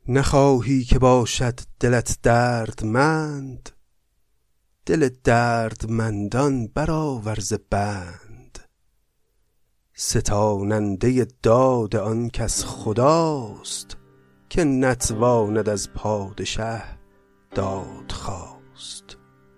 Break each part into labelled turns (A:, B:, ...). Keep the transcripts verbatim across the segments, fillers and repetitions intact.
A: نخواهی که باشد دلت دردمند، دل دردمندان برآور ز بند. ستاننده داد آن کس خداست، که نتواند از پادشه داد خواست.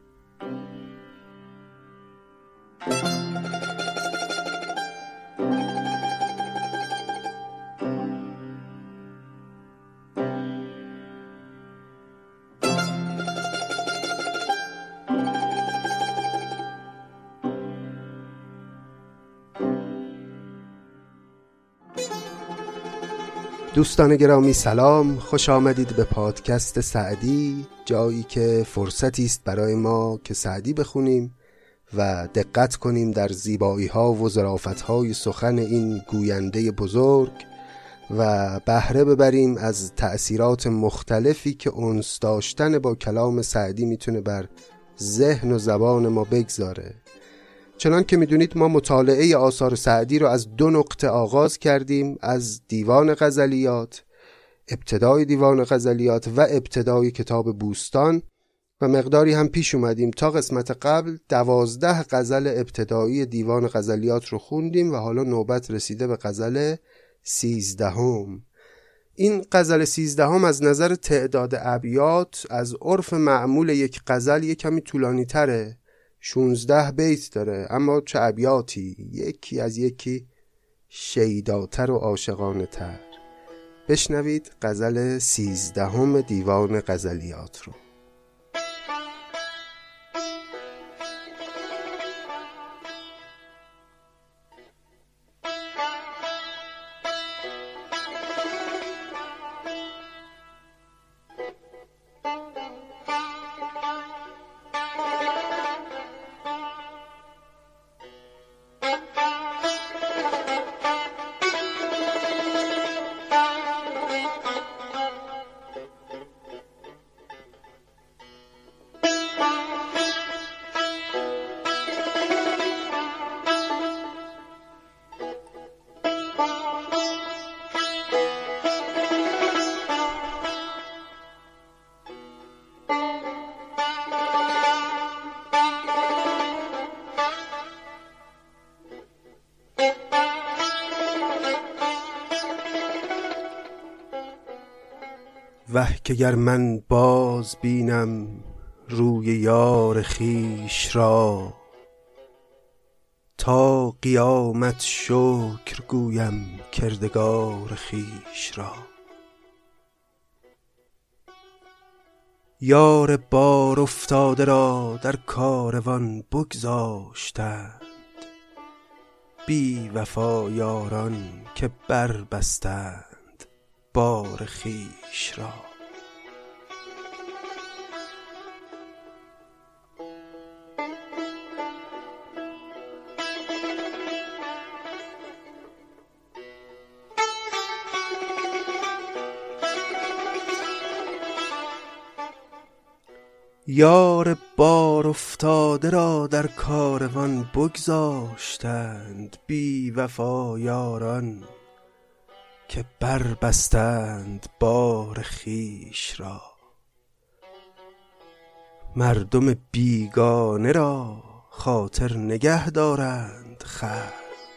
A: دوستان گرامی سلام، خوش آمدید به پادکست سعدی، جایی که فرصتی است برای ما که سعدی بخونیم و دقت کنیم در زیبایی ها و ظرافت های سخن این گوینده بزرگ و بهره ببریم از تأثیرات مختلفی که انس داشتن با کلام سعدی میتونه بر ذهن و زبان ما بگذاره. چنان که میدونید ما مطالعه آثار سعدی رو از دو نقطه آغاز کردیم، از دیوان غزلیات، ابتدای دیوان غزلیات و ابتدای کتاب بوستان، و مقداری هم پیش اومدیم تا قسمت قبل دوازده غزل ابتدایی دیوان غزلیات رو خوندیم و حالا نوبت رسیده به غزل سیزدهم. این غزل سیزدهم از نظر تعداد ابیات از عرف معمول یک غزل یک کمی طولانی تره، شانزده بیت داره، اما چه ابیاتی، یکی از یکی شیداتر و عاشقانه تر. بشنوید غزل سیزدهم دیوان غزلیات رو. وه که گر من باز بینم روی یار خیش را، تا قیامت شکر گویم کردگار خیش را. یار بار افتاده را در کاروان بگذاشتند، بی وفا یاران که بربستند بار خیش را. یار بار افتاده را در کاروان بگذاشتند، بی وفا یاران که بربستند بار خیش را. مردم بیگانه را خاطر نگه دارند خلق،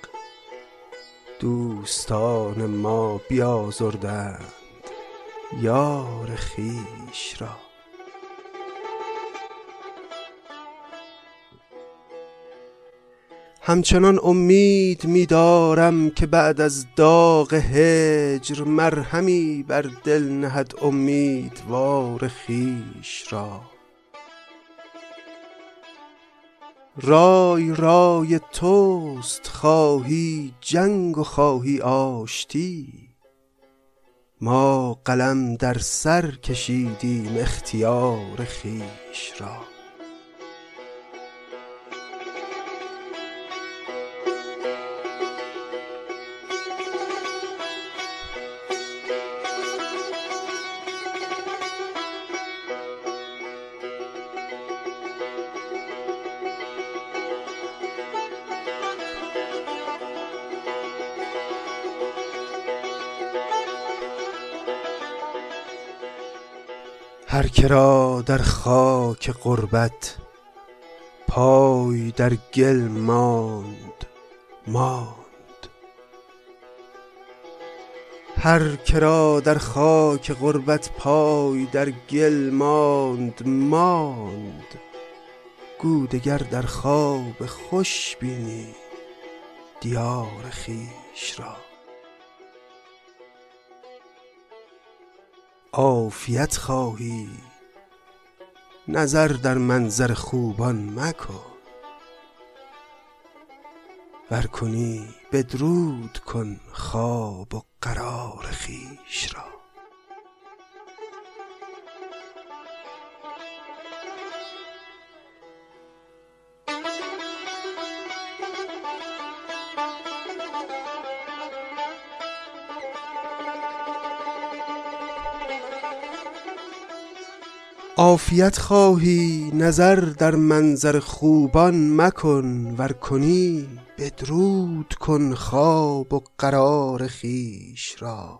A: دوستان ما بیازردند یار خیش را. همچنان امید می‌دارم که بعد از داغ هجر، مرهمی بر دل نهد امیدوار خیش را. رای رای توست، خواهی جنگ و خواهی آشتی، ما قلم در سر کشیدیم اختیار خیش را. هر که را در خاک غربت پای در گل ماند ماند. هر که را در خاک غربت پای در گل ماند ماند. گو دگر در خواب خوش بینی دیار خویش را. عافیت خواهی نظر در منظر خوبان مکن. ور کنی بدرود کن خواب و قرار خویش را. عافیت خواهی نظر در منظر خوبان مکن. ور کنی بدرود کن خواب و قرار خویش را.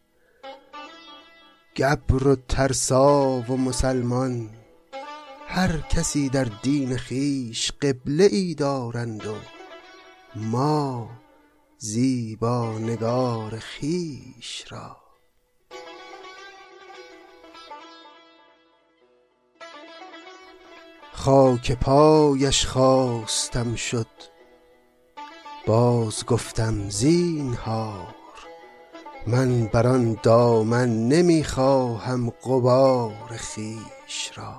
A: گبر و ترسا و مسلمان هر کسی در دین خویش قبله ای دارند و ما زیبا نگار خویش را. خاک پایش خواستم شد باز گفتم زینهار. من بر آن دامن نمی خواهم غبار خویش را.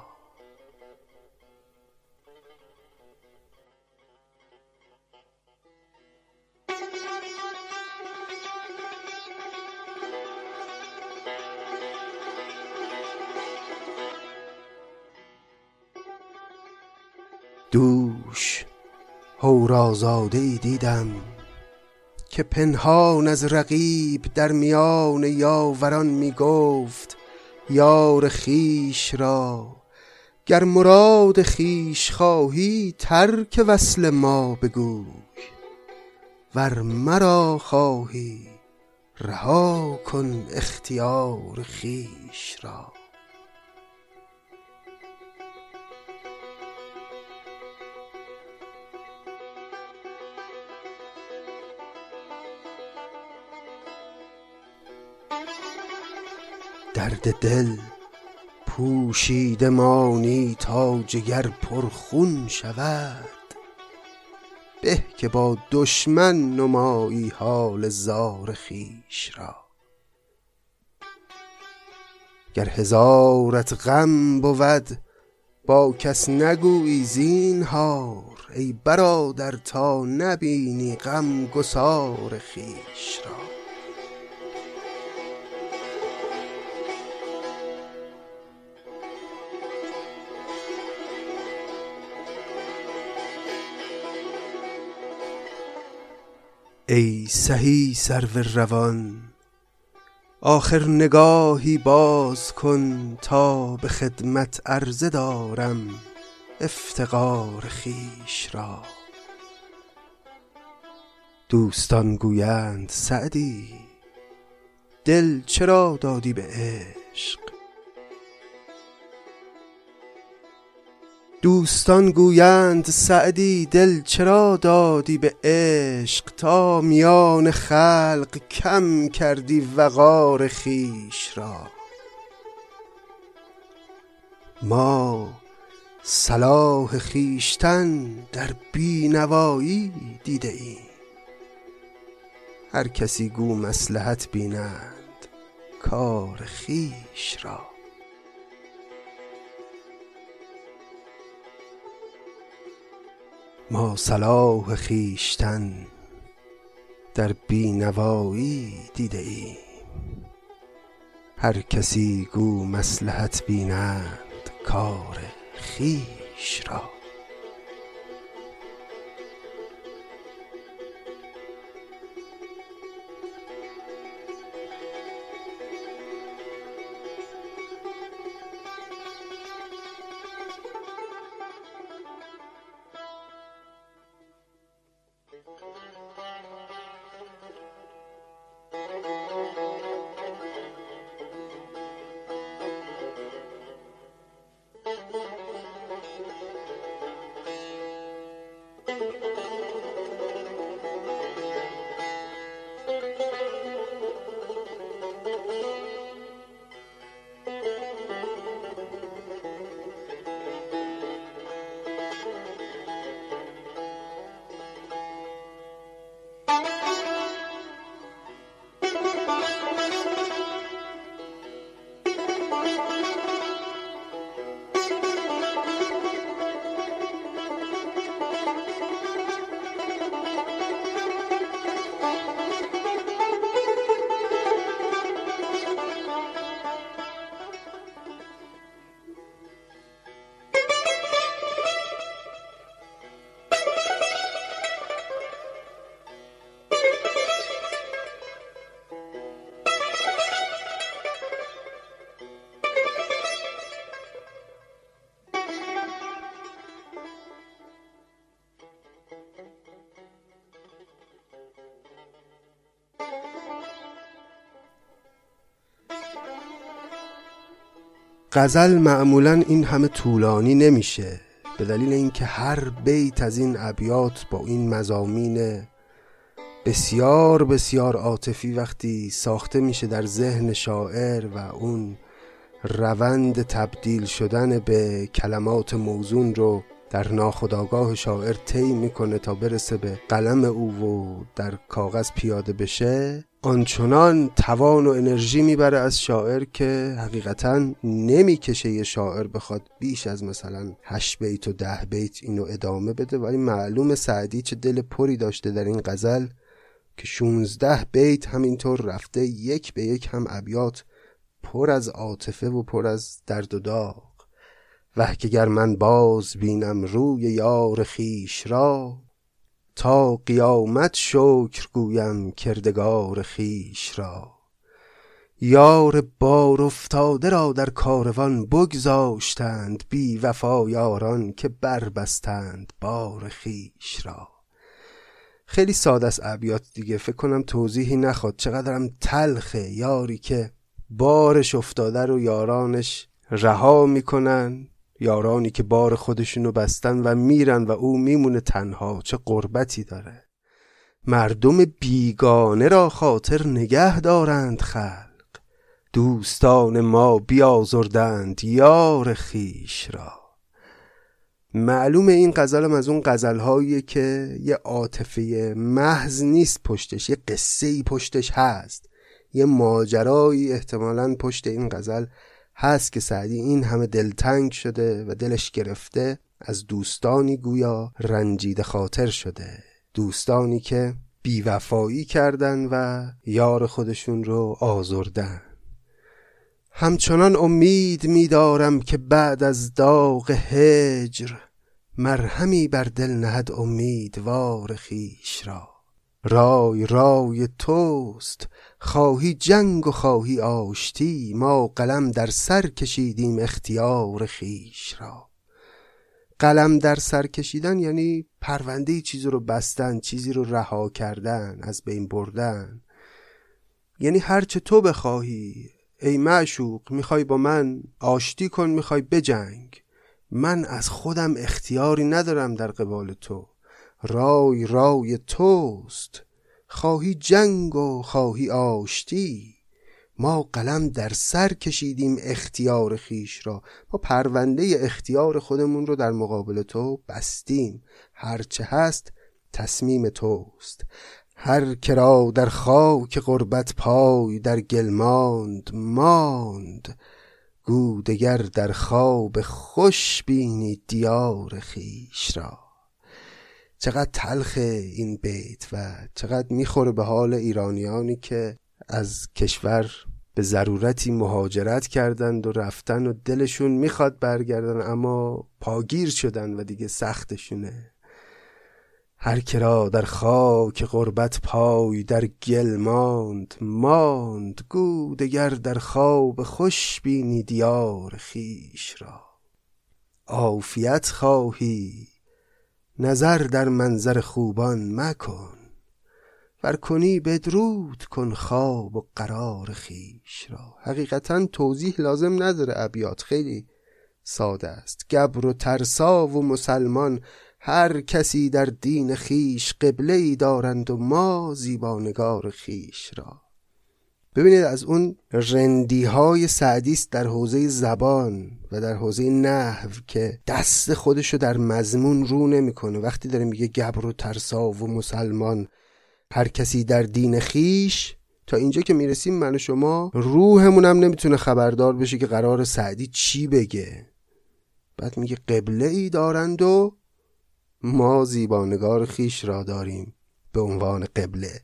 A: دوش حورازاده ای دیدم که پنهان از رقیب در میان یاوران می گفت یار خویش را. گر مراد خویش خواهی ترک وصل ما بگوی. ور مرا خواهی رها کن اختیار خویش را. درد دل پوشیده مانی تا جگر پرخون شود. به که با دشمن نمایی حال زار خویش را. گر هزارت غم بود با کس نگویی زینهار. ای برادر تا نبینی غم گسار خویش را. ای سهی سرو روان آخر نگاهی باز کن تا به خدمت عرضه دارم افتقار خویش را. دوستان گویند سعدی دل چرا دادی به عشق. دوستان گویند سعدی دل چرا دادی به عشق. تا میان خلق کم کردی وقار خویش را. ما صلاح خویشتن در بینوایی دیده ایم. هر کسی گو مصلحت بینند کار خویش را. ما صلاح خویشتن در بینوایی دیده ایم. هر کسی گو مصلحت بینند کار خویش را. غزل معمولاً این همه طولانی نمیشه، به دلیل اینکه هر بیت از این ابیات با این مضامین بسیار بسیار عاطفی وقتی ساخته میشه در ذهن شاعر و اون روند تبدیل شدن به کلمات موزون رو در ناخودآگاه شاعر طی میکنه تا برسه به قلم او و در کاغذ پیاده بشه، آنچنان توان و انرژی میبره از شاعر که حقیقتا نمیکشه یه شاعر بخواد بیش از مثلا هشت بیت و ده بیت اینو ادامه بده. ولی معلوم سعدی چه دل پری داشته در این غزل که شونزده بیت همینطور رفته یک به یک هم ابیات پر از عاطفه و پر از درد و داغ. وه که گر من باز بینم روی یار خیش را، تا قیامت شکر گویم کردگار خیش را. یار بار افتاده را در کاروان بگذاشتند، بی وفا یاران که بربستند بار خیش را. خیلی ساده است ابیات دیگه، فکر کنم توضیحی نخواد. چقدرم تلخه، یاری که بارش افتاده رو یارانش رها میکنن، یارانی که بار خودشونو بستن و میرن و او میمونه تنها. چه غربتی داره. مردم بیگانه را خاطر نگه دارند خلق، دوستان ما بیازردند یار خیش را. معلومه این غزلم از اون غزلهاییه که یه عاطفه محض نیست پشتش، یه قصه‌ای پشتش هست، یه ماجرایی احتمالاً پشت این غزل هست که سعدی این همه دلتنگ شده و دلش گرفته از دوستانی گویا رنجیده خاطر شده، دوستانی که بیوفایی کردن و یار خودشون رو آزردن. همچنان امید می‌دارم که بعد از داغ هجر، مرهمی بر دل نهد امیدوار خیش را. رای رای توست، خواهی جنگ و خواهی آشتی، ما قلم در سر کشیدیم اختیار خیش را. قلم در سر کشیدن یعنی پرونده چیزی رو بستن، چیزی رو رها کردن، از بین بردن. یعنی هرچه تو بخواهی ای معشوق، میخوای با من آشتی کن، میخوای بجنگ، من از خودم اختیاری ندارم در قبال تو. رای رای توست، خواهی جنگ و خواهی آشتی، ما قلم در سر کشیدیم اختیار خیش را. ما پرونده اختیار خودمون رو در مقابل تو بستیم، هرچه هست تصمیم توست. هر کرا در خاک غربت پای در گل ماند ماند، گو دگر در خواب خوش بینی دیار خیش را. چقدر تلخه این بیت و چقدر میخوره به حال ایرانیانی که از کشور به ضرورتی مهاجرت کردند و رفتن و دلشون میخواد برگردن اما پاگیر شدن و دیگه سختشونه. هر کرا در خاک غربت پای در گل ماند ماند، گو دگر در خواب خوش بینی دیار خیش را. عافیت خواهی نظر در منظر خوبان مکن، ور کنی بدرود کن خواب و قرار خیش را. حقیقتا توضیح لازم نداره، ابیات خیلی ساده است. گبر و ترسا و مسلمان، هر کسی در دین خیش قبله‌ای دارند و ما زیبانگار خیش را. ببینید از اون رندی های سعدی است در حوزه زبان و در حوزه نحو که دست خودشو در مضمون رو نمیکنه. وقتی داره میگه گبر و ترسا و مسلمان، هر کسی در دین خیش، تا اینجا که میرسیم من و شما روحمونم نمیتونه خبردار بشه که قرار سعدی چی بگه. بعد میگه قبله ای دارند و ما زیبانگار خیش را داریم به عنوان قبله.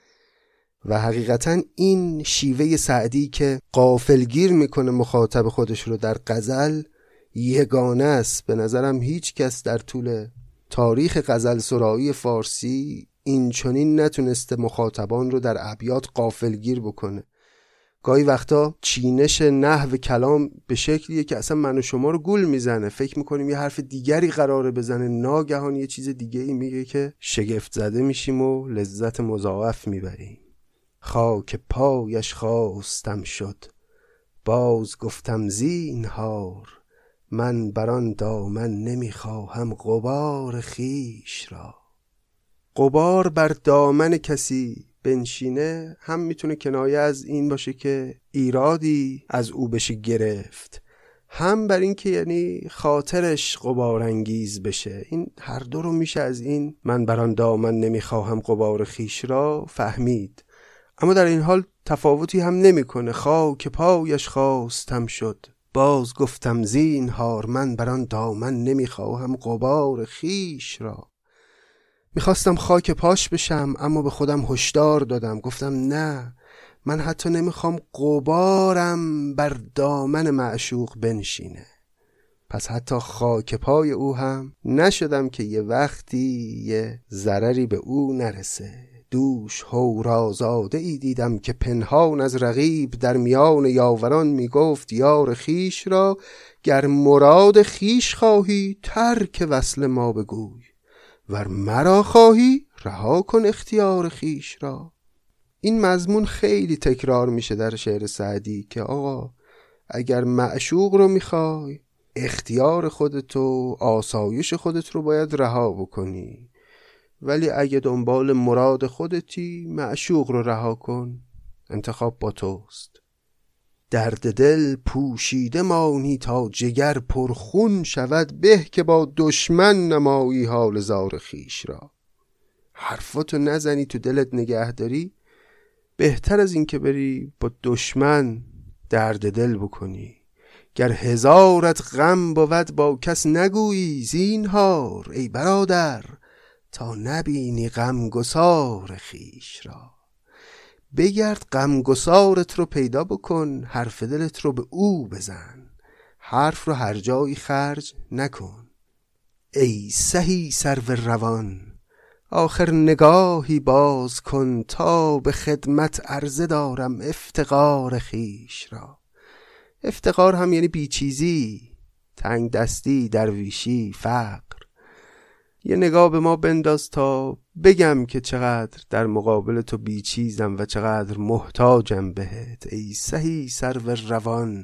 A: و حقیقتا این شیوه سعدی که غافلگیر میکنه مخاطب خودش رو در غزل یگانه است. به نظرم هیچ کس در طول تاریخ غزل سرایی فارسی این چنین نتونسته مخاطبان رو در ابیات غافلگیر بکنه. گاهی وقتا چینش نحو کلام به شکلیه که اصلا من و شما رو گول میزنه، فکر میکنیم یه حرف دیگری قراره بزنه، ناگهان یه چیز دیگه ای میگه که شگفت زده میشیم و لذت مضاعف میبریم. خاک پایش خواستم شد باز گفتم زینهار من بران دامن نمیخواهم غبار خیش را. غبار بر دامن کسی بنشینه هم میتونه کنایه از این باشه که ایرادی از او بشه گرفت، هم بر این که یعنی خاطرش غبار انگیز بشه. این هر دو رو میشه از این من بران دامن نمیخواهم غبار خیش را فهمید. اما در این حال تفاوتی هم نمیکنه. خاک پایش خواستم شد باز گفتم زینهار من بران دامن نمیخواهم غبار خیش را. میخواستم خاک پاش بشم اما به خودم هشدار دادم، گفتم نه، من حتی نمیخوام غبارم بر دامن معشوق بنشینه. پس حتی خاک پای او هم نشدم که یه وقتی یه ضرری به او نرسه. دوش هورازاده ای دیدم که پنهان از رقیب در میان یاوران میگفت یار خیش را گر مراد خیش خواهی ترک وصل ما بگوی ور مرا خواهی رها کن اختیار خیش را. این مضمون خیلی تکرار میشه در شعر سعدی که آقا اگر معشوق رو میخوای اختیار خودتو آسایش خودت رو باید رها بکنی، ولی اگه دنبال مراد خودتی معشوق رو رها کن، انتخاب با توست. درد دل پوشیده مانی تا جگر پرخون شود به که با دشمن نمایی حال زار خیش را. حرفاتو نزنی تو دلت نگه داری، بهتر از این که بری با دشمن درد دل بکنی. گر هزارت غم بود با کس نگویی زینهار ای برادر تا نبینی غمگسار خیش را. بگرد غمگسارت رو پیدا بکن، حرف دلت رو به او بزن، حرف رو هر جایی خرج نکن. ای سهی سرو روان آخر نگاهی باز کن تا به خدمت عرضه دارم افتقار خیش را. افتقار هم یعنی بیچیزی، تنگ دستی، درویشی، فقر. یه نگاه به ما بنداز تا بگم که چقدر در مقابل تو بیچیزم و چقدر محتاجم بهت. ای سهی سرو روان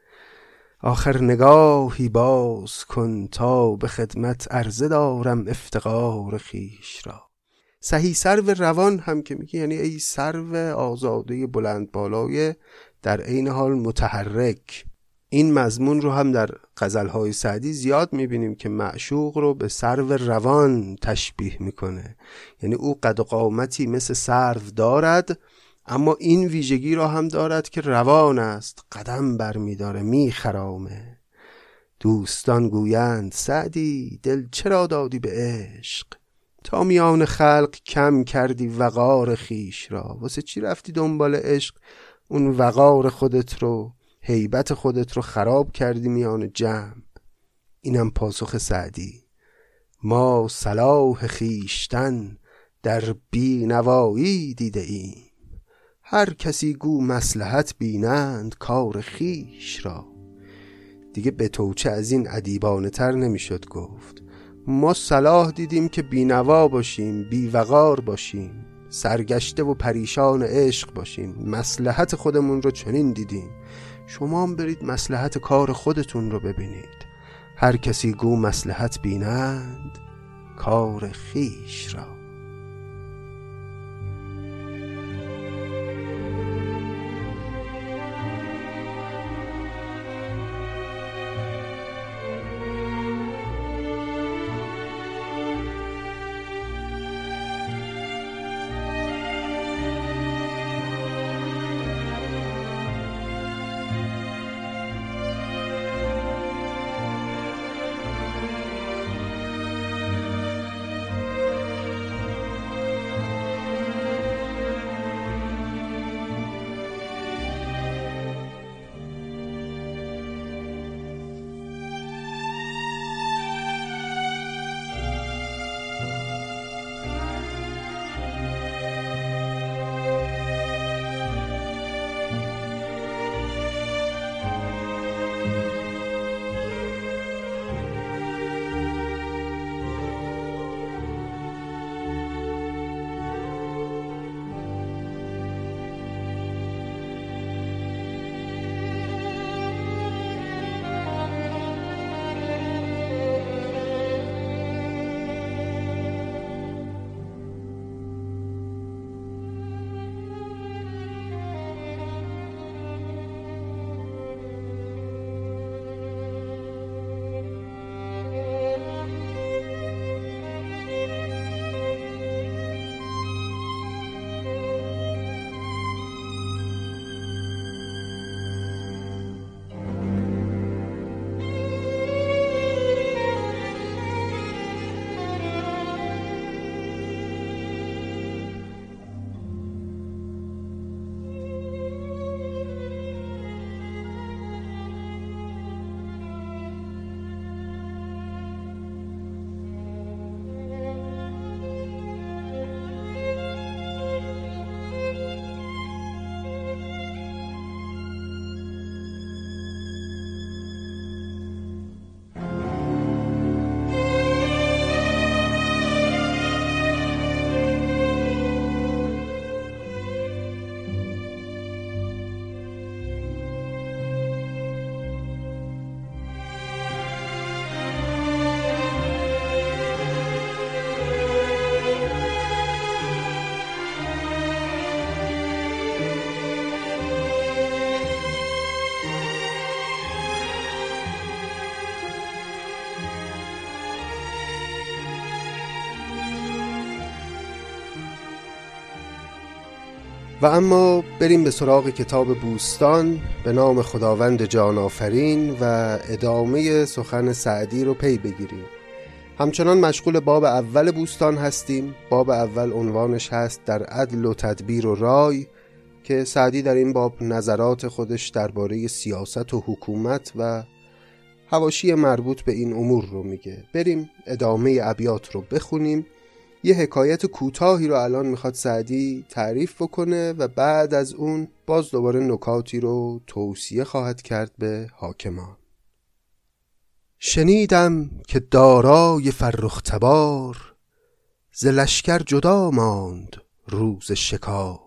A: آخر نگاهی باز کن تا به خدمت عرضه دارم افتقار خیش را. سهی سرو روان هم که میگه یعنی ای سرو آزاده بلند بالای در عین حال متحرک. این مضمون رو هم در غزل‌های سعدی زیاد می‌بینیم که معشوق رو به سرو روان تشبیه می‌کنه، یعنی او قد و قامتی مثل سرو دارد اما این ویژگی را هم دارد که روان است، قدم برمی‌داره، می‌خرامه. دوستان گویند سعدی دل چرا دادی به عشق تا میان خلق کم کردی وقار خیش را. واسه چی رفتی دنبال عشق، اون وقار خودت رو، هیبت خودت رو خراب کردی میان جمع. اینم پاسخ سعدی. ما صلاح خیشتن در بینوایی دیده ایم هر کسی گو مصلحت بینند کار خیش را. دیگه به توچه از این ادیبانه تر نمیشد گفت. ما صلاح دیدیم که بینوا باشیم، بیوقار باشیم، سرگشته و پریشان عشق باشیم، مصلحت خودمون رو چنین دیدیم. شما هم برید مصلحت کار خودتون رو ببینید. هر کسی گو مصلحت بینند کار خیش را. و اما بریم به سراغ کتاب بوستان به نام خداوند جان آفرین و ادامه سخن سعدی رو پی بگیریم. همچنان مشغول باب اول بوستان هستیم. باب اول عنوانش هست در عدل و تدبیر و رای، که سعدی در این باب نظرات خودش درباره سیاست و حکومت و حواشی مربوط به این امور رو میگه. بریم ادامه ابیات رو بخونیم. یه حکایت کوتاهی رو الان میخواد سعدی تعریف بکنه و بعد از اون باز دوباره نکاتی رو توصیه خواهد کرد به حاکمان. شنیدم که دارای فرخ تبار، ز لشکر جدا ماند روز شکار.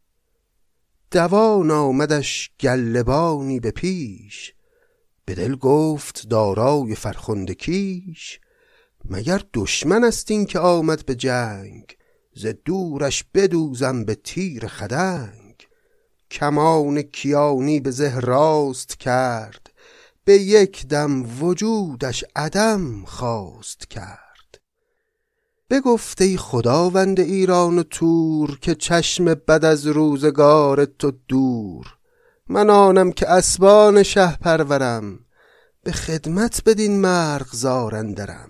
A: دوان آمدش گلبانی به پیش، به دل گفت دارای فرخنده کیش. مگر دشمن است این که آمد به جنگ، ز دورش بدوزم به تیر خدنگ. کمان کیانی به زه راست کرد، به یک دم وجودش عدم خواست کرد. بگفت ای خداوند ایران و تور، که چشم بد از روزگار تو دور. من آنم که اسبان شه پرورم، به خدمت بدین مرغزار اندرم.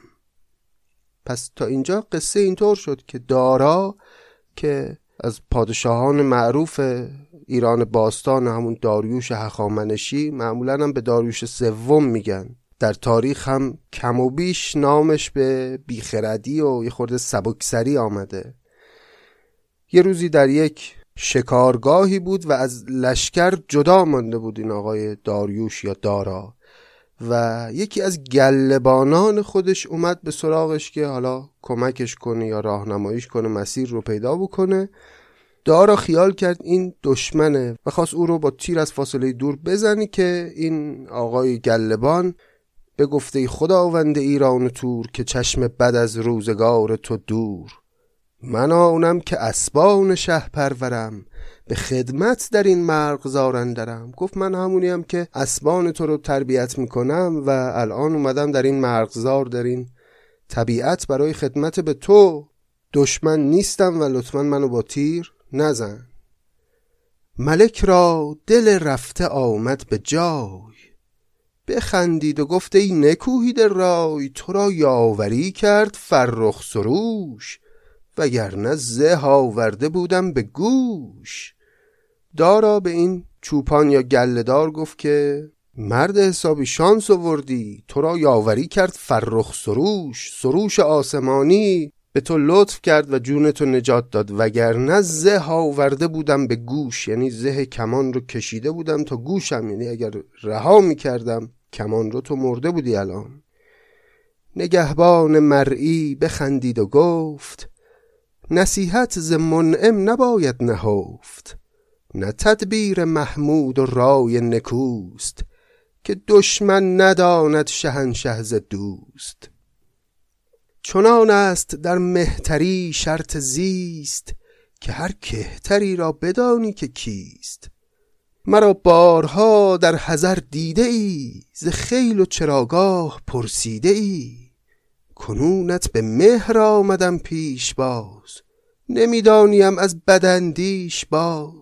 A: پس تا اینجا قصه اینطور شد که دارا که از پادشاهان معروف ایران باستان، همون داریوش هخامنشی، معمولا هم به داریوش سوم میگن، در تاریخ هم کم و بیش نامش به بیخردی و یه خورده سبکسری آمده. یه روزی در یک شکارگاهی بود و از لشکر جدا مانده بود این آقای داریوش یا دارا، و یکی از گلبانان خودش اومد به سراغش که حالا کمکش کنه یا راهنماییش کنه، مسیر رو پیدا بکنه. دارا خیال کرد این دشمنه و خواست او رو با تیر از فاصله دور بزنی که این آقای گلبان به گفته خداوند ایران و تور، که چشم بد از روزگار تو دور. من آنم که اسبان شه پرورم، به خدمت در این مرغزار اندرم. گفت من همونیم که اسبان تو رو تربیت میکنم و الان اومدم در این مرغزار، در این طبیعت برای خدمت به تو. دشمن نیستم و لطفاً منو با تیر نزن. ملک را دل رفته آمد به جای، بخندید و گفت ای نکوهید رای. تو را یاوری کرد فرخ سروش، وگرنه زه آورده بودم به گوش. دارا به این چوپان یا گله‌دار گفت که مرد حسابی شانس آوردی، تو را یاوری کرد فرخ سروش. سروش آسمانی به تو لطف کرد و جون تو نجات داد، وگرنه زه آورده بودم به گوش. یعنی زه کمان رو کشیده بودم تا گوشم، یعنی اگر رها می کردم کمان رو تو مرده بودی الان. نگهبان مرئی بخندید و گفت، نصیحت ز منعم نباید نهفت. نه تدبیر محمود و رای نکوست، که دشمن نداند شهنشه ز دوست. چنان است در مهتری شرط زیست، که هر کهتری را بدانی که کیست. مرا بارها در حضر دیده ای، ز خیل و چراگاه پرسیده ای. کنونت به مهر آمدم پیش باز، نمیدانیم از بداندیش باز.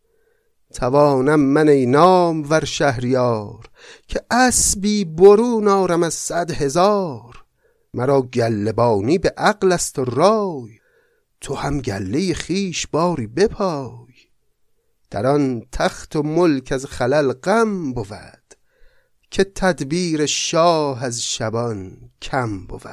A: توانم من ای نام ور شهریار، که اسبی برون آرم از صد هزار. مرا گلبانی به عقل است و رای، تو هم گله خیش باری بپای. در آن تخت و ملک از خلل غم بود، که تدبیر شاه از شبان کم بود.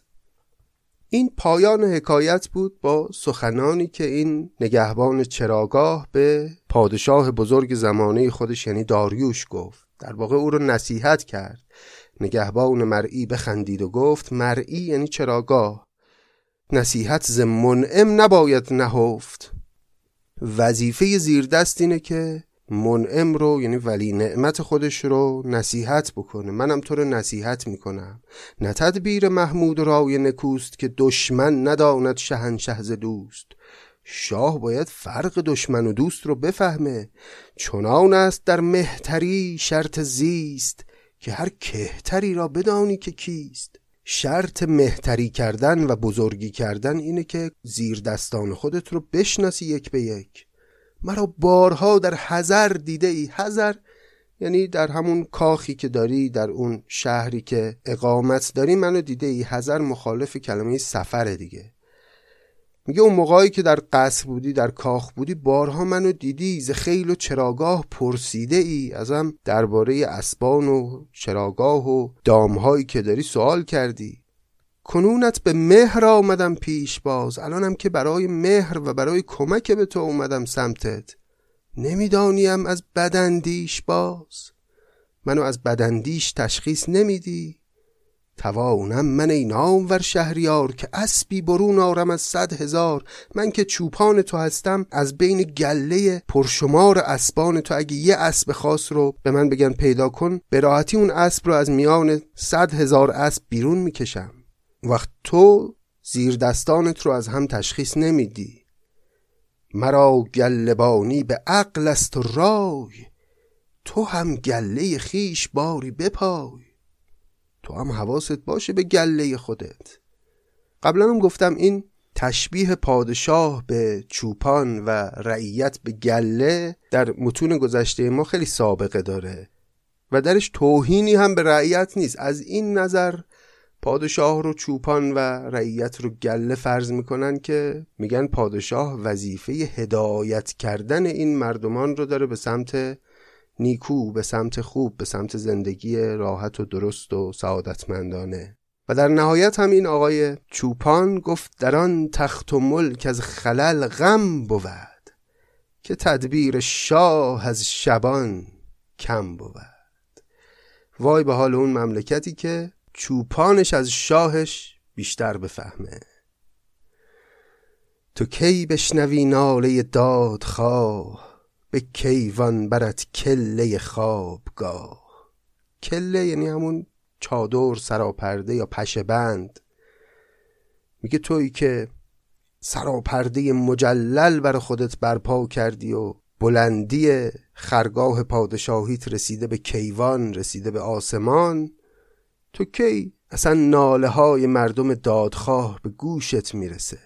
A: این پایان حکایت بود با سخنانی که این نگهبان چراگاه به پادشاه بزرگ زمانه خودش یعنی داریوش گفت. در واقع او رو نصیحت کرد. نگهبان مرئی بخندید و گفت، مرئی یعنی چراگاه، نصیحت ز منعم نباید نهفت. وظیفه زیردست اینه که منعم رو یعنی ولی نعمت خودش رو نصیحت بکنه. منم تو رو نصیحت میکنم. نه تدبیر محمود رای نکوست، که دشمن نداند شهنشه ز دوست. شاه باید فرق دشمن و دوست رو بفهمه. چنان است در مهتری شرط زیست، که هر کهتری را بدانی که کیست. شرط مهتری کردن و بزرگی کردن اینه که زیر دستان خودت رو بشناسی یک به یک. مرا بارها در حضر دیده ای. حضر یعنی در همون کاخی که داری، در اون شهری که اقامت داری منو دیده ای. حضر مخالف کلمه سفر دیگه. میگه اون موقعی که در قصر بودی، در کاخ بودی، بارها منو دیدی، ز خیل و چراگاه پرسیده ای. ازم درباره اسبان و چراگاه و دامهایی که داری سوال کردی. کنونت به مهر آمدم پیش باز، الانم که برای مهر و برای کمک به تو اومدم سمتت. نمیدانیم از بداندیش باز، منو از بداندیش تشخیص نمیدی. توانم من ای نامور شهریار، که اسبی برون آرم از صد هزار. من که چوپان تو هستم، از بین گله پرشمار اسبان تو اگه یه اسب خاص رو به من بگن پیدا کن، به راحتی اون اسب رو از میان صد هزار اسب بیرون میکشم. وقت تو زیر دستانت رو از هم تشخیص نمیدی. مرا گله‌بانی به عقل است و رای، تو هم گله خیش باری بپای. تو هم حواست باشه به گله خودت. قبلا هم گفتم این تشبیه پادشاه به چوپان و رعیت به گله در متون گذشته ما خیلی سابقه داره و درش توهینی هم به رعیت نیست. از این نظر پادشاه رو چوپان و رعیت رو گله فرض میکنن که میگن پادشاه وظیفه هدایت کردن این مردمان رو داره به سمت نیکو، به سمت خوب، به سمت زندگی راحت و درست و سعادتمندانه. و در نهایت هم این آقای چوپان گفت در آن تخت و ملک از خلل غم بود، که تدبیر شاه از شبان کم بود. وای به حال اون مملکتی که چوپانش از شاهش بیشتر بفهمه. تو کی بشنوی ناله دادخواه، به کیوان برت کله خوابگاه. کله یعنی همون چادر، سراپرده یا پشه بند. میگه تویی که سراپرده مجلل بر خودت برپا کردی و بلندی خرگاه پادشاهیت رسیده به کیوان، رسیده به آسمان، تو کی اصلا ناله های مردم دادخواه به گوشت میرسه؟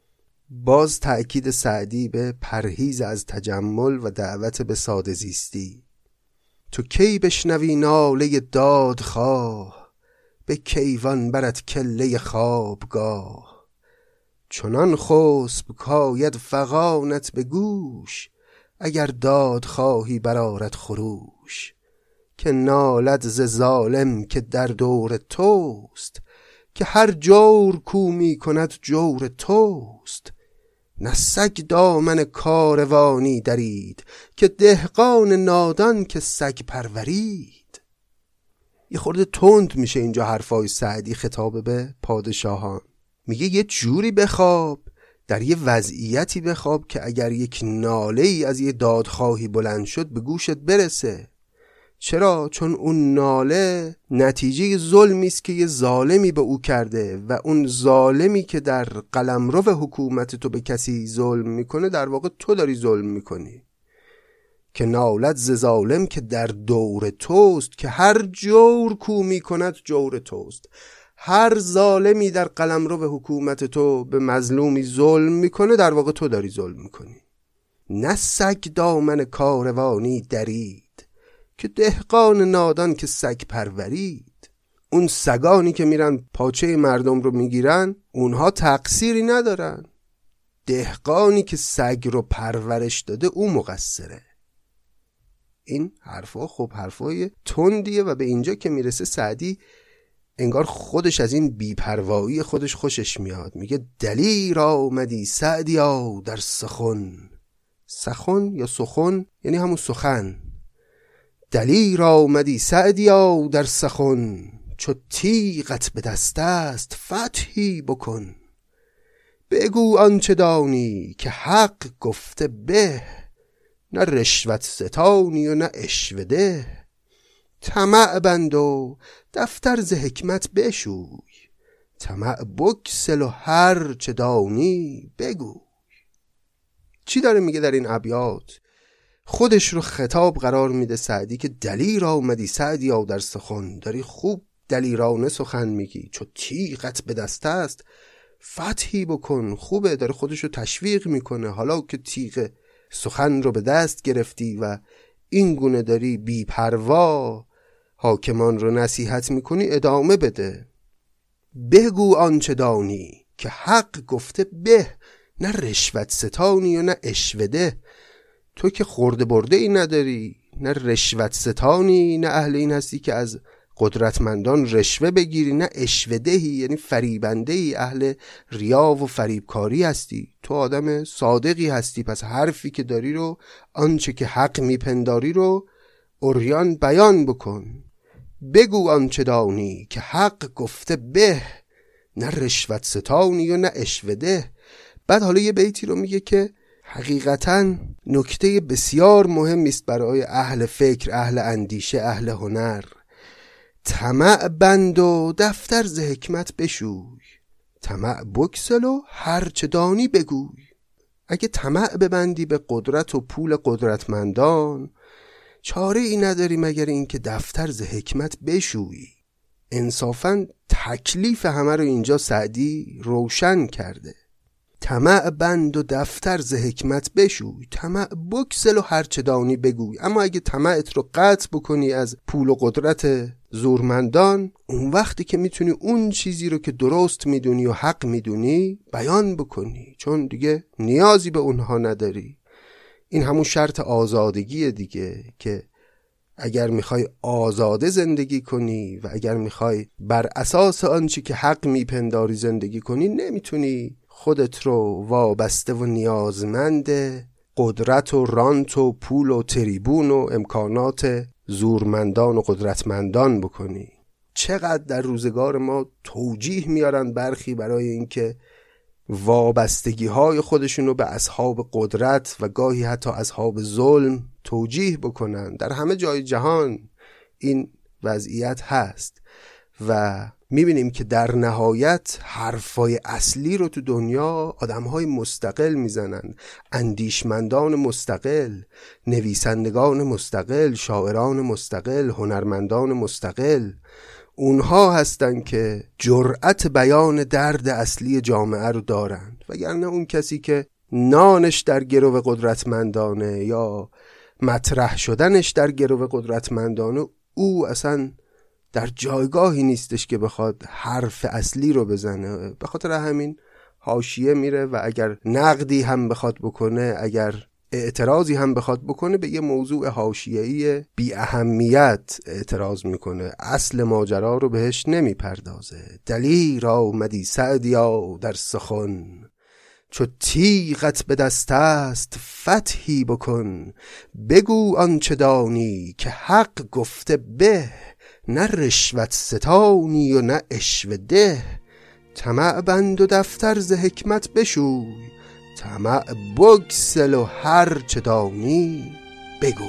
A: باز تأکید سعدی به پرهیز از تجمل و دعوت به ساده زیستی. تو کی بشنوی ناله دادخواه، به کیوان برت کله خوابگاه. چنان خسب کاید فغانت به گوش، اگر دادخواهی برارت خروش. که نالد ز ظالم که در دور توست، که هر جور کو می کند جور توست. نه سگ دامن کاروانی درید، که دهقان نادان که سگ پرورید. یه خورده تند میشه اینجا حرفای سعدی خطاب به پادشاهان. میگه یه جوری بخواب، در یه وضعیتی بخواب که اگر یک ناله ای از یه دادخواهی بلند شد به گوشت برسه. چرا؟ چون اون ناله نتیجه ظلمی است که یه ظالمی به او کرده و اون ظالمی که در قلمرو حکومت تو به کسی ظلم میکنه در واقع تو داری ظلم میکنی. که نالد ز ظالم که در دور توست، که هر جور کو میکند جور توست. هر ظالمی در قلمرو حکومت تو به مظلومی ظلم میکنه در واقع تو داری ظلم میکنی. نه سگ دامن کاروانی درید، که دهقان نادان که سگ پرورید. اون سگانی که میرن پاچه مردم رو میگیرن اونها تقصیری ندارن، دهقانی که سگ رو پرورش داده اون مقصره. این حرفا خب حرفای تندیه و به اینجا که میرسه سعدی انگار خودش از این بی‌پروایی خودش خوشش میاد. میگه دلیر آمدی سعدیا در سخن. سخن یا سخن یعنی همون سخن. دلیر آمدی سعدیا در سخن، چو تیغت به دست است فتحی بکن. بگو آنچه دانی که حق گفته به، نه رشوت ستانی و نه عشوه ده. طمع بند و دفتر ز حکمت بشوی، طمع بگسل و هر چه دانی بگوی. چی داره میگه در این ابیات؟ خودش رو خطاب قرار میده سعدی که دلیر آمدی سعدیا در سخن، داری خوب دلیرانه سخن میگی، چو تیغت به دست است فتحی بکن. خوبه، داره خودش رو تشویق میکنه. حالا که تیغ سخن رو به دست گرفتی و این گونه داری بی پروا حاکمان رو نصیحت میکنی، ادامه بده. بگو آنچه دانی که حق گفته به، نه رشوت ستانی و نه اشوده. تو که خورده برده ای نداری، نه رشوت ستانی، نه اهل این هستی که از قدرتمندان رشوه بگیری، نه اشودهی یعنی فریبنده ای، اهل ریا و فریبکاری هستی. تو آدم صادقی هستی، پس حرفی که داری رو، آنچه که حق میپنداری رو عریان بیان بکن. بگو آنچه دانی که حق گفته به، نه رشوت ستانی و نه اشوده. بعد حالا یه بیتی رو میگه که حقیقتاً نکته بسیار مهمی است برای اهل فکر، اهل اندیشه، اهل هنر. طمع بند و دفتر ز حکمت بشوی، طمع بگسل و هر چه دانی بگوی. اگه طمع ببندی به قدرت و پول قدرتمندان، چاره ای نداری مگر اینکه دفتر ز حکمت بشویی. انصافاً تکلیف همه رو اینجا سعدی روشن کرده. طمع بند و دفتر ز حکمت بشوی، طمع بگسل و هر چه دانی بگوی. اما اگه طمعت رو قطع بکنی از پول و قدرت زورمندان، اون وقتی که میتونی اون چیزی رو که درست میدونی و حق میدونی بیان بکنی، چون دیگه نیازی به اونها نداری. این همون شرط آزادگیه دیگه، که اگر میخوای آزاده زندگی کنی و اگر میخوای بر اساس آنچه که حق میپنداری زندگی کنی، نمیتونی خودت رو وابسته و نیازمند قدرت و رانت و پول و تریبون و امکانات زورمندان و قدرتمندان بکنی. چقدر در روزگار ما توجیه میارن برخی برای اینکه وابستگی های خودشونو به اصحاب قدرت و گاهی حتی اصحاب ظلم توجیه بکنن. در همه جای جهان این وضعیت هست و میبینیم که در نهایت حرفای اصلی رو تو دنیا آدمهای مستقل میزنن، اندیشمندان مستقل، نویسندگان مستقل، شاعران مستقل، هنرمندان مستقل. اونها هستن که جرأت بیان درد اصلی جامعه رو دارن، وگرنه اون کسی که نانش در گرو قدرتمندانه یا مطرح شدنش در گرو قدرتمندانه، او اصلا در جایگاهی نیستش که بخواد حرف اصلی رو بزنه. به خاطر همین حاشیه میره و اگر نقدی هم بخواد بکنه، اگر اعتراضی هم بخواد بکنه، به یه موضوع حاشیه‌ای بی اهمیت اعتراض میکنه، اصل ماجرا رو بهش نمیپردازه. دلیر آمدی سعدیا در سخن، چو تیغت به دست است فتحی بکن. بگو آنچه دانی که حق گفته به، نه رشوت ستانی و نه اشوده. طمع بند و دفتر ز حکمت بشوی، طمع بگسل و هر چه دانی بگو.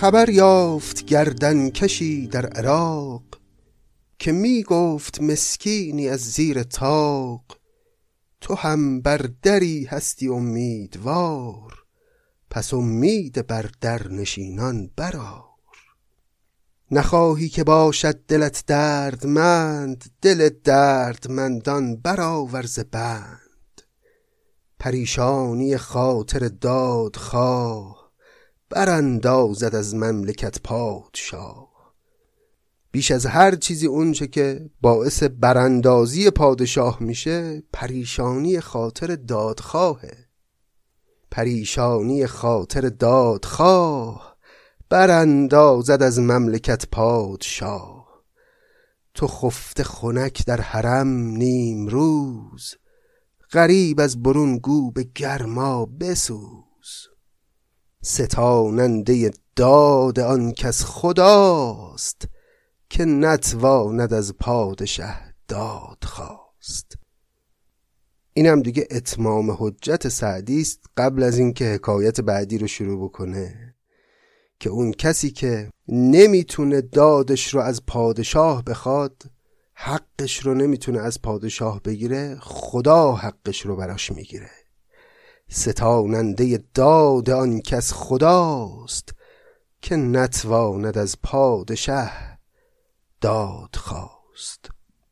A: خبر یافت گردن کشی در عراق، که می گفت مسکینی از زیر طاق. تو هم بر دری هستی امیدوار، پس امید بر در نشینان برآر. نخواهی که باشد دلت دردمند، دل دردمندان برآور ز بند. پریشانی خاطر دادخواه، براندازد از مملکت پادشاه. بیش از هر چیزی اونچه که باعث براندازی پادشاه میشه پریشانی خاطر دادخواهه. پریشانی خاطر دادخواه، براندازد از مملکت پادشاه. تو خفته خنک در حرم نیم روز، غریب از برون گو به گرما بسوز. ستاننده داد آن کس خداست، که نتواند از پادشه داد خواست. این هم دیگه اتمام حجت سعدی است قبل از این که حکایت بعدی رو شروع بکنه، که اون کسی که نمیتونه دادش رو از پادشاه بخواد، حقش رو نمیتونه از پادشاه بگیره، خدا حقش رو براش میگیره. ستاننده داد آن کس خداست، که نتواند از پادشه داد خواست.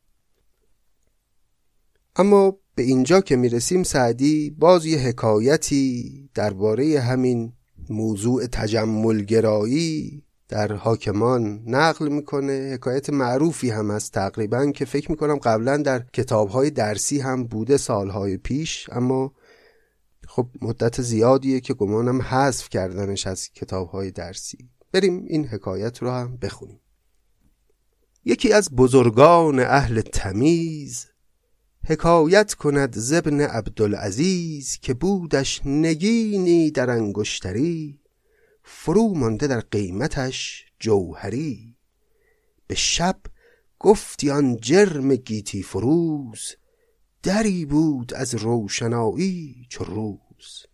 A: اما به اینجا که میرسیم سعدی باز یه حکایتی درباره همین موضوع تجملگرایی در حاکمان نقل میکنه. حکایت معروفی هم هست تقریبا، که فکر میکنم قبلا در کتابهای درسی هم بوده سالهای پیش، اما خب مدت زیادیه که گمانم حذف کردنش از کتابهای درسی. بریم این حکایت رو هم بخونیم. یکی از بزرگان اهل تمیز حکایت کند ز ابن عبدالعزیز، که بودش نگینی در انگشتری، فرو مانده در قیمتش جوهری. به شب گفتی آن جرم گیتی فروز، دری بود از روشنایی چو روز.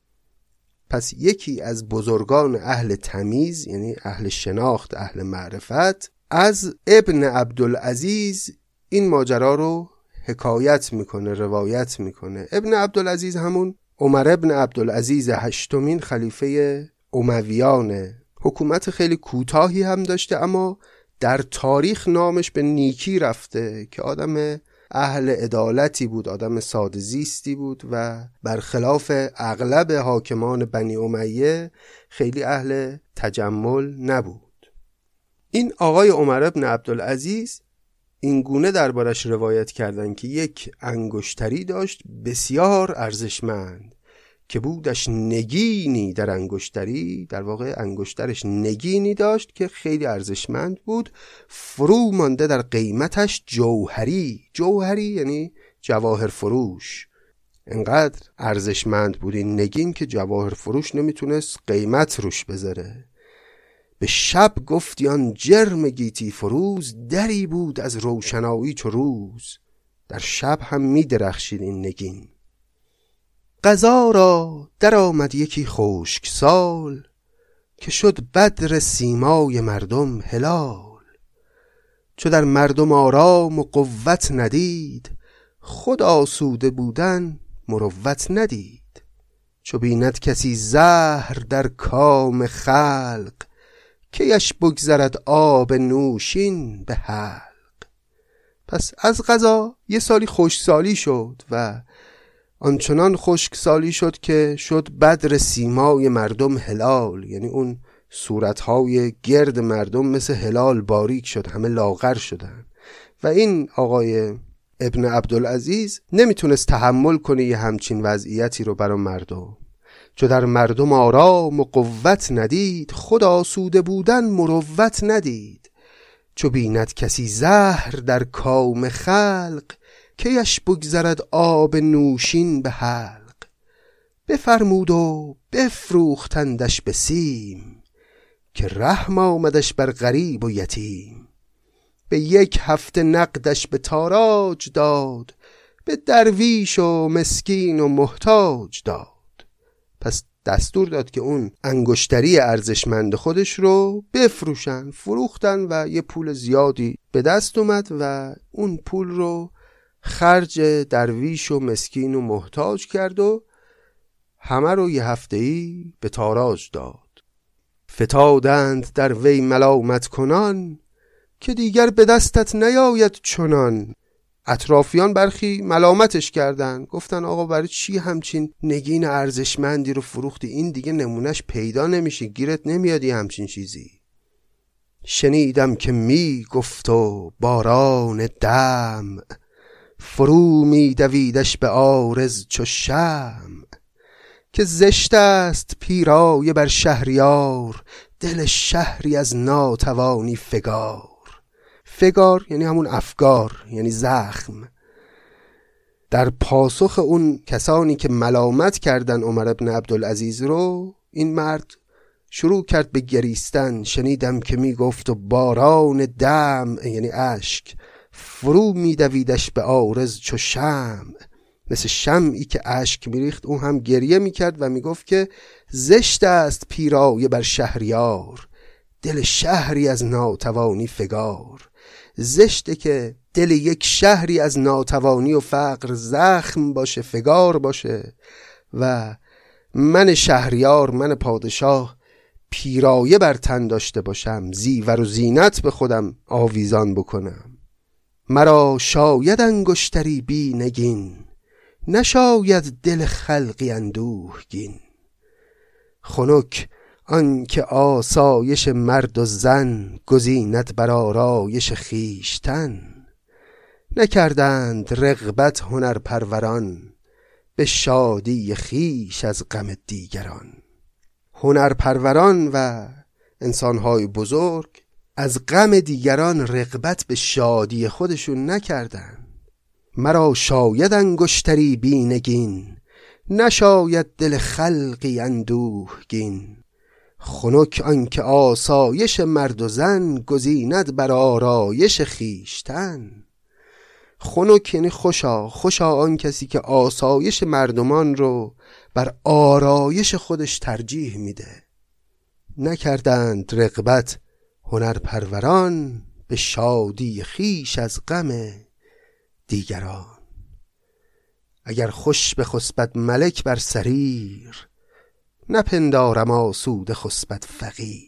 A: پس یکی از بزرگان اهل تمیز، یعنی اهل شناخت، اهل معرفت، از ابن عبدالعزیز این ماجرا رو حکایت میکنه، روایت میکنه. ابن عبدالعزیز همون عمر ابن عبدالعزیز هشتمین خلیفه امویانه. حکومت خیلی کوتاهی هم داشته، اما در تاریخ نامش به نیکی رفته که آدم اهل عدالتی بود، آدم ساده زیستی بود و برخلاف اغلب حاکمان بنی امیه خیلی اهل تجمل نبود. این آقای عمر ابن عبدالعزیز این گونه دربارش روایت کردن که یک انگشتری داشت بسیار ارزشمند، که بودش نگینی در انگشتری، در واقع انگشترش نگینی داشت که خیلی ارزشمند بود، فرو مانده در قیمتش جوهری. جوهری یعنی جواهر فروش. انقدر ارزشمند بود این نگین که جواهر فروش نمیتونست قیمت روش بذاره. به شب گفتی آن جرم گیتی فروز، دری بود از روشنایی چو روز. در شب هم می درخشید این نگین. قضا را در آمد یکی خشک سال، که شد بدر سیمای مردم هلال. چو در مردم آرام و قوت ندید، خود آسوده بودن مروت ندید. چو بیند کسی زهر در کام خلق، کیش بگذرد آب نوشین به حلق. پس از قضا یه سالی خشکسالی شد و آنچنان خشکسالی شد که شد بدر سیمای مردم هلال، یعنی اون صورتهای گرد مردم مثل هلال باریک شد، همه لاغر شدن. و این آقای ابن عبدالعزیز نمیتونست تحمل کنه یه همچین وضعیتی رو برای مردم. چو در مردم آرام و قوت ندید، خود آسوده بودن مروت ندید. چو بیند کسی زهر در کام خلق، کیش بگذرد آب نوشین به حلق. بفرمود و بفروختندش به سیم، که رحم آمدش بر غریب و یتیم. به یک هفته نقدش به تاراج داد، به درویش و مسکین و محتاج داد. پس دستور داد که اون انگشتری ارزشمند خودش رو بفروشن. فروختن و یه پول زیادی به دست اومد و اون پول رو خرج درویش و مسکین و محتاج کرد و همه رو یه هفته‌ای به تاراج داد. فتادند در وی ملامت کنان، که دیگر به دستت نیاید چنان. اطرافیان برخی ملامتش کردن، گفتن آقا برای چی همچین نگین ارزشمندی رو فروختی؟ این دیگه نمونش پیدا نمیشه، گیرت نمیادی همچین چیزی. شنیدم که می گفت و باران دم، فرو می دویدش به عارض چو شمع. که زشت است پیرایه بر شهریار، دل شهری از ناتوانی فگار. فگار یعنی همون افگار، یعنی زخم. در پاسخ اون کسانی که ملامت کردن عمر ابن عبدالعزیز رو، این مرد شروع کرد به گریستن. شنیدم که می گفت و باران دم یعنی اشک، فرو می دویدش به عارض چو شمع. مثل شمعی که اشک میریخت اون هم گریه میکرد و میگفت که زشت است پیرایه بر شهریار، دل شهری از ناتوانی فگار. زشته که دل یک شهری از ناتوانی و فقر زخم باشه، فگار باشه و من شهریار، من پادشاه پیرایه بر تن داشته باشم، زیور و زینت به خودم آویزان بکنم. مرا شاید انگشتری بی نگین، نشاید دل خلقی اندوهگین. خنک آن که آسایش مرد و زن، گزیند بر آرایش خیشتن. نکردند رغبت هنر پروران، به شادی خیش از غم دیگران. هنر پروران و انسانهای بزرگ از غم دیگران رغبت به شادی خودشون نکردند. مرا شاید انگشتری بی نگین، نشاید دل خلقی اندوهگین. خنک آنکه آسایش مرد و زن، گزیند بر آرایش خیشتن. خنک یعنی خوشا، خوشا آن کسی که آسایش مردمان رو بر آرایش خودش ترجیح میده. نکردند رغبت هنر پروران، به شادی خیش از غم دیگران. اگر خوش به خسبت ملک بر سریر، نپندارم آسوده خسبت فقیر.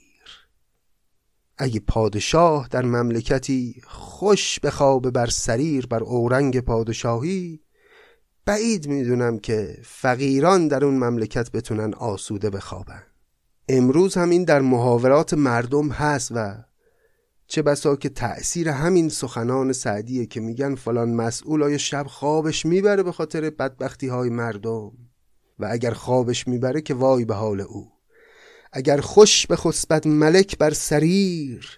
A: اگه پادشاه در مملکتی خوش بخوابه بر سریر، بر اورنگ پادشاهی، بعید میدونم که فقیران در اون مملکت بتونن آسوده بخوابن. امروز هم این در محاورات مردم هست و چه بسا که تأثیر همین سخنان سعدیه که میگن فلان مسئول آیا شب خوابش میبره به خاطر بدبختی های مردم، و اگر خوابش میبره که وای به حال او. اگر خوش به خسبت ملک بر سریر،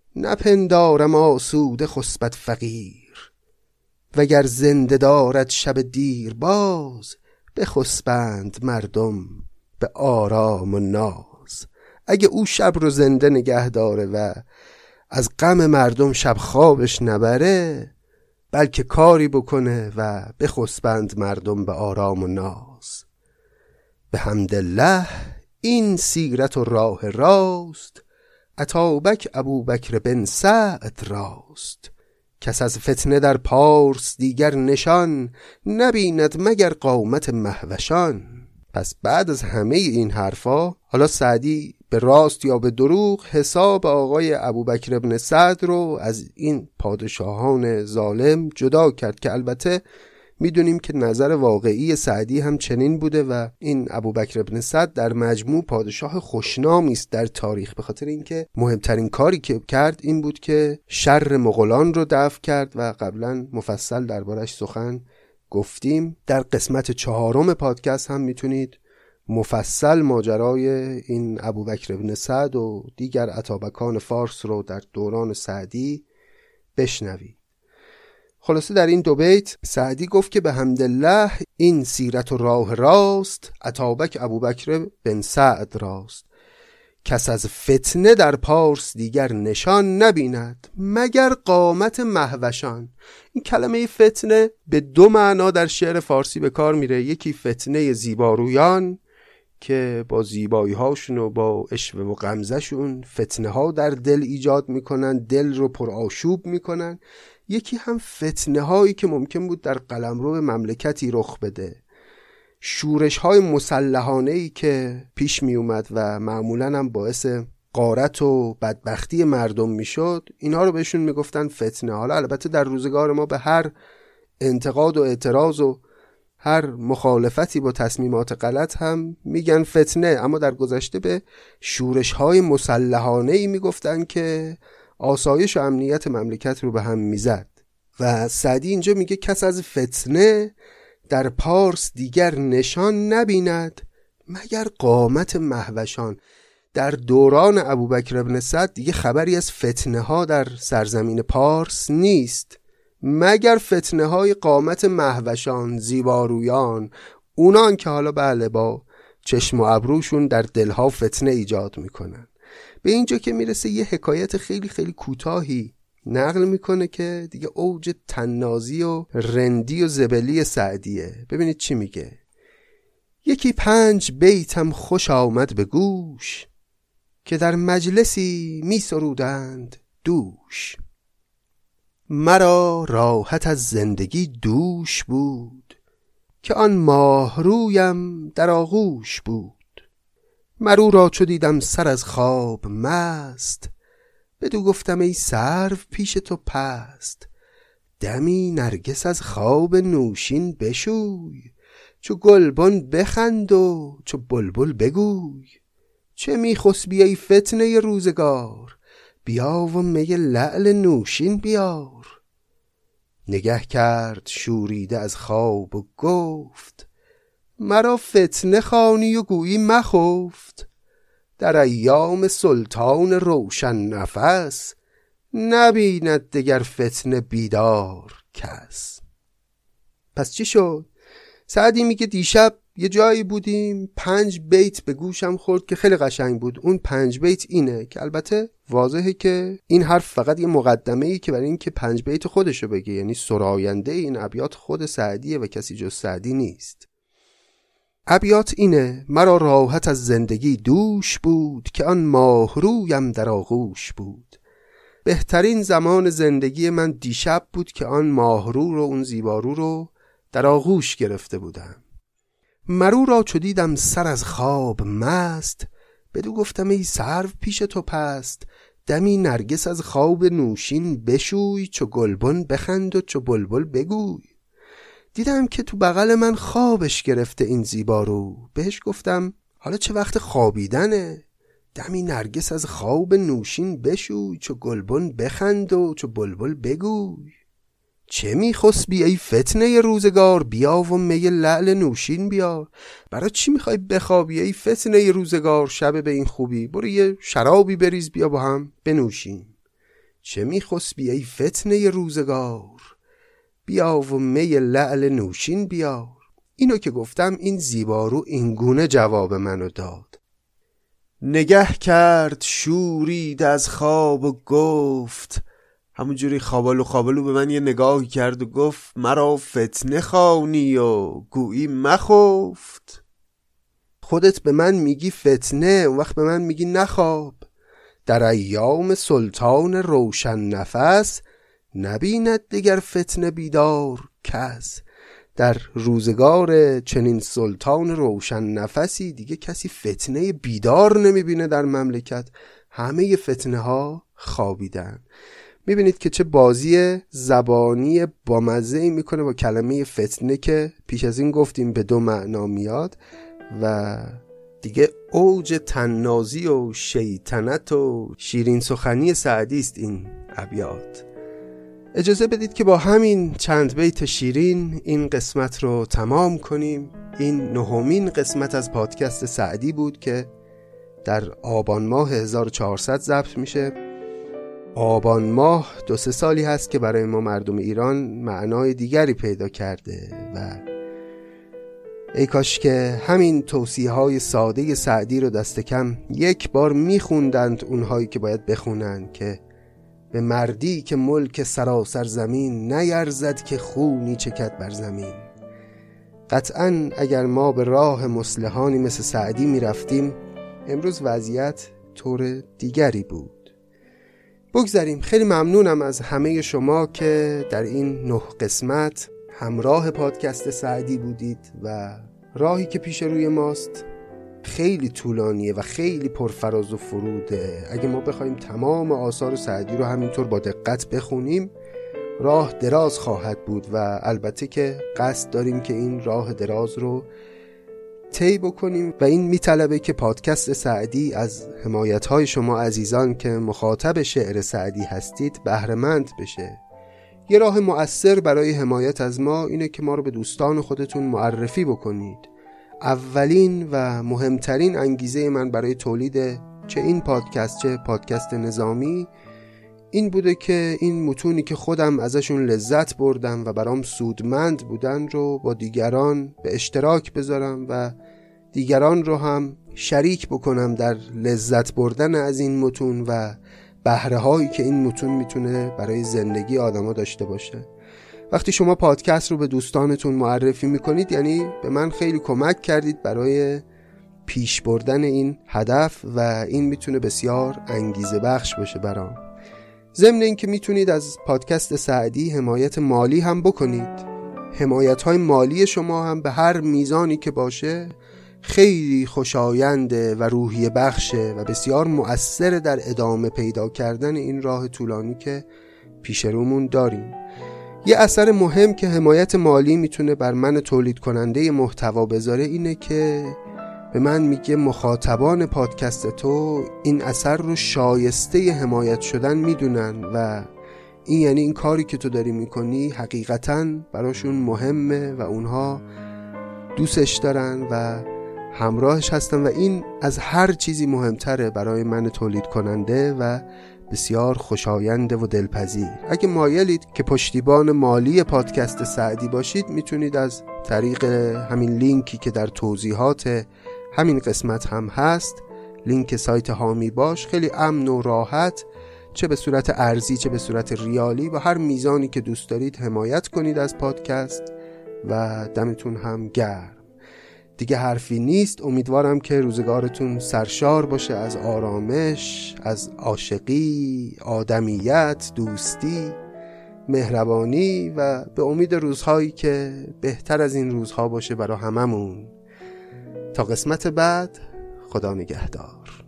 A: نپندارم آسوده خسبت فقیر. وگر زنده دارد شب دیر باز، بخسبند مردم به آرام و ناز. اگه او شب رو زنده نگه داره و از غم مردم شب خوابش نبره، بلکه کاری بکنه و بخسبند مردم به آرام و ناز. به حمدالله این سیرت و راه راست، اتابک ابوبکر بن سعد راست. کس از فتنه در پارس دیگر نشان، نبیند مگر قامت مهوشان. پس بعد از همه این حرفا، حالا سعدی به راست یا به دروغ حساب آقای ابوبکر بن سعد رو از این پادشاهان ظالم جدا کرد، که البته میدونیم که نظر واقعی سعدی هم چنین بوده و این ابوبکر بن سعد در مجموع پادشاه خوشنامی است در تاریخ، به خاطر اینکه مهمترین کاری که کرد این بود که شر مغولان رو دفع کرد و قبلا مفصل دربارش سخن گفتیم. در قسمت چهارم پادکست هم میتونید مفصل ماجرای این ابوبکر بن سعد و دیگر اتابکان فارس رو در دوران سعدی بشنوید. خلاصه در این دو بیت سعدی گفت که به حمدالله این سیرت و راه راست، اتابک ابوبکر بن سعد راست. کس از فتنه در پارس دیگر نشان، نبیند مگر قامت مهوشان. این کلمه فتنه به دو معنا در شعر فارسی به کار میره. یکی فتنه زیبارویان که با زیبایی هاشون و با عشوه و غمزه شون فتنه ها در دل ایجاد میکنن، دل رو پر آشوب میکنن. یکی هم فتنه هایی که ممکن بود در قلمرو مملکتی رخ بده، شورش های مسلحانه ای که پیش می اومد و معمولا هم باعث غارت و بدبختی مردم میشد، اینها رو بهشون میگفتن فتنه. حالا البته در روزگار ما به هر انتقاد و اعتراض و هر مخالفتی با تصمیمات غلط هم میگن فتنه، اما در گذشته به شورش های مسلحانه ای میگفتن که آسایش و امنیت مملکت رو به هم میزد. و سعدی اینجا میگه کس از فتنه در پارس دیگر نشان نبیند مگر قامت مهوشان. در دوران ابوبکر ابن سعد دیگه خبری از فتنه ها در سرزمین پارس نیست مگر فتنه های قامت مهوشان، زیبارویان، اونان که حالا بله با چشم و ابروشون در دلها فتنه ایجاد میکنن. به اینجا که میرسه یه حکایت خیلی خیلی کوتاهی نقل میکنه که دیگه اوج طنازی و رندی و زبلی سعدیه. ببینید چی میگه: یکی پنج بیتم خوش آمد به گوش، که در مجلسی می سرودند دوش. مرا راحت از زندگی دوش بود، که آن ماه رویم در آغوش بود. مرو را چو دیدم سر از خواب مست، بدو گفتم ای سرو پیش تو پست. دمی نرگس از خواب نوشین بشوی، چو گلبن بخند و چو بلبل بگوی. چه می خسبی ای فتنه روزگار، بیا و می لعل نوشین بیار. نگه کرد شوریده از خواب و گفت، مرا فتنه خوانی و گویی مخفت. در ایام سلطان روشن نفس، نبیند دگر فتنه بیدار کس. پس چی شد؟ سعدی میگه دیشب یه جایی بودیم، پنج بیت به گوشم خورد که خیلی قشنگ بود. اون پنج بیت اینه که البته واضحه که این حرف فقط یه مقدمه ای که برای این که پنج بیت خودشو بگه، یعنی سراینده این ابیات خود سعدیه و کسی جز سعدی نیست. ابیات اینه: مرا راحت از زندگی دوش بود، که آن ماه رویم در آغوش بود. بهترین زمان زندگی من دیشب بود که آن ماهرو رو، اون زیبارو رو در آغوش گرفته بودم. مرو را چو دیدم سر از خواب مست، بدو گفتم ای سرو پیش تو پست. دمی نرگس از خواب نوشین بشوی، چو گلبن بخند و چو بلبل بگوی. دیدم که تو بغل من خوابش گرفته این زیبارو، بهش گفتم حالا چه وقت خوابیدنه؟ دمی نرگس از خواب نوشین بشوی، چو گلبن بخند و چو بلبل بگوی. چه می خسبی ای فتنه روزگار، بیا و می لعل نوشین بیار. برای چی میخوای بخوابی ای فتنه روزگار، شب به این خوبی؟ برو یه شرابی بریز بیا با هم بنوشیم. چه می خسبی ای فتنه روزگار، بیا و می لعل نوشین بیار. اینو که گفتم این زیبارو اینگونه جواب منو داد: نگه کرد شورید از خواب و گفت، همونجوری خوابالو خوابالو به من یه نگاهی کرد و گفت، مرا فتنه خوانی و گویی مخفت. خودت به من میگی فتنه، اون وقت به من میگی نخواب. در ایام سلطان روشن نفس، نبیند دیگر فتنه بیدار کس. در روزگار چنین سلطان روشن نفسی دیگه کسی فتنه بیدار نمیبینه در مملکت، همه فتنه ها خوابیدن. میبینید که چه بازی زبانی بامزه‌ای میکنه با کلمه فتنه که پیش از این گفتیم به دو معنا میاد و دیگه اوج طنازی و شیطنت و شیرین سخنی سعدی است این ابیات. اجازه بدید که با همین چند بیت شیرین این قسمت رو تمام کنیم. این نهمین قسمت از پادکست سعدی بود که در آبان ماه هزار و چهارصد ضبط میشه. آبان ماه دو سه سالی هست که برای ما مردم ایران معنای دیگری پیدا کرده و ای کاش که همین توصیه های ساده سعدی رو دست کم یک بار میخوندند اونهایی که باید بخونن، که به مردی که ملک سراسر زمین، نیرزد که خونی چکد بر زمین. قطعاً اگر ما به راه مصلحانی مثل سعدی می رفتیم امروز وضعیت طور دیگری بود. بگذاریم. خیلی ممنونم از همه شما که در این نه قسمت همراه پادکست سعدی بودید و راهی که پیش روی ماست خیلی طولانیه و خیلی پرفراز و فروده. اگه ما بخوایم تمام آثار سعدی رو همینطور با دقت بخونیم راه دراز خواهد بود و البته که قصد داریم که این راه دراز رو طی بکنیم و این میطلبه که پادکست سعدی از حمایت‌های شما عزیزان که مخاطب شعر سعدی هستید بهره‌مند بشه. یه راه مؤثر برای حمایت از ما اینه که ما رو به دوستان خودتون معرفی بکنید. اولین و مهمترین انگیزه من برای تولید چه این پادکست چه پادکست نظامی این بوده که این متونی که خودم ازشون لذت بردم و برام سودمند بودن رو با دیگران به اشتراک بذارم و دیگران رو هم شریک بکنم در لذت بردن از این متون و بهره هایی که این متون میتونه برای زندگی آدما داشته باشه. وقتی شما پادکست رو به دوستانتون معرفی میکنید یعنی به من خیلی کمک کردید برای پیش بردن این هدف و این میتونه بسیار انگیزه بخش باشه برام. ضمن این که میتونید از پادکست سعدی حمایت مالی هم بکنید. حمایت های مالی شما هم به هر میزانی که باشه خیلی خوشاینده و روحیه بخشه و بسیار مؤثر در ادامه پیدا کردن این راه طولانی که پیش رومون داریم. یه اثر مهم که حمایت مالی میتونه بر من تولید کننده محتوا بذاره اینه که به من میگه مخاطبان پادکست تو این اثر رو شایسته حمایت شدن میدونن و این یعنی این کاری که تو داری میکنی حقیقتاً براشون مهمه و اونها دوستش دارن و همراهش هستن و این از هر چیزی مهمتره برای من تولید کننده و بسیار خوشاینده و دلپذیر. اگه مایلید که پشتیبان مالی پادکست سعدی باشید میتونید از طریق همین لینکی که در توضیحات همین قسمت هم هست، لینک سایت هامی باش، خیلی امن و راحت چه به صورت ارزی چه به صورت ریالی با هر میزانی که دوست دارید حمایت کنید از پادکست و دمتون هم گرم. دیگه حرفی نیست. امیدوارم که روزگارتون سرشار باشه از آرامش، از عاشقی، آدمیت، دوستی، مهربانی و به امید روزهایی که بهتر از این روزها باشه برای هممون. تا قسمت بعد، خدا نگهدار.